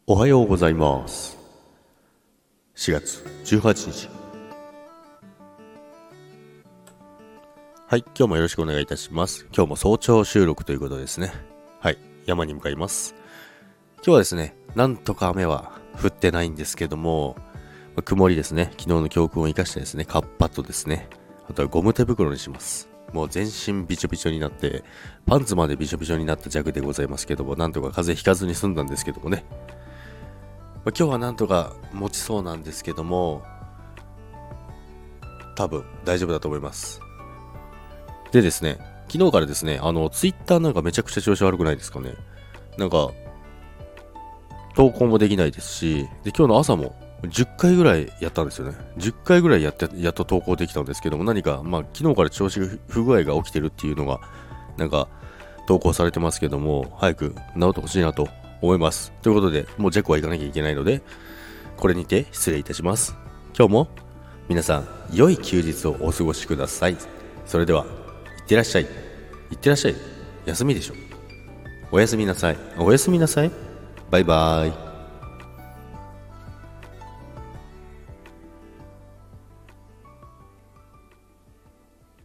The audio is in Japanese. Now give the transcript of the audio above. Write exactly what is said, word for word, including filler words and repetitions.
おはようございます。しがつじゅうはちにち。はい、今日もよろしくお願いいたします。今日も早朝収録ということですね。はい、山に向かいます。今日はですね、なんとか雨は降ってないんですけども、曇りですね。昨日の教訓を生かしてですね、カッパとですね、あとはゴム手袋にします。もう全身びちょびちょになって、パンツまでびちょびちょになった弱でございますけども、なんとか風邪ひかずに済んだんですけどもね。まあ、今日はなんとか持ちそうなんですけども、多分大丈夫だと思います。でですね、昨日からですね、あの、ツイッターなんかめちゃくちゃ調子悪くないですかね。なんか、投稿もできないですし、で、今日の朝もじゅっかいぐらいやったんですよね。じゅっかいぐらいやって、やっと投稿できたんですけども、何か、まあ、昨日から調子不具合が起きてるっていうのが、なんか、投稿されてますけども、早く治ってほしいなと思います。ということで、もうジェコは行かなきゃいけないので、これにて失礼いたします。今日も皆さん、良い休日をお過ごしください。それでは、いってらっしゃい。いってらっしゃい。休みでしょ。おやすみなさい。おやすみなさい。バイバーイ。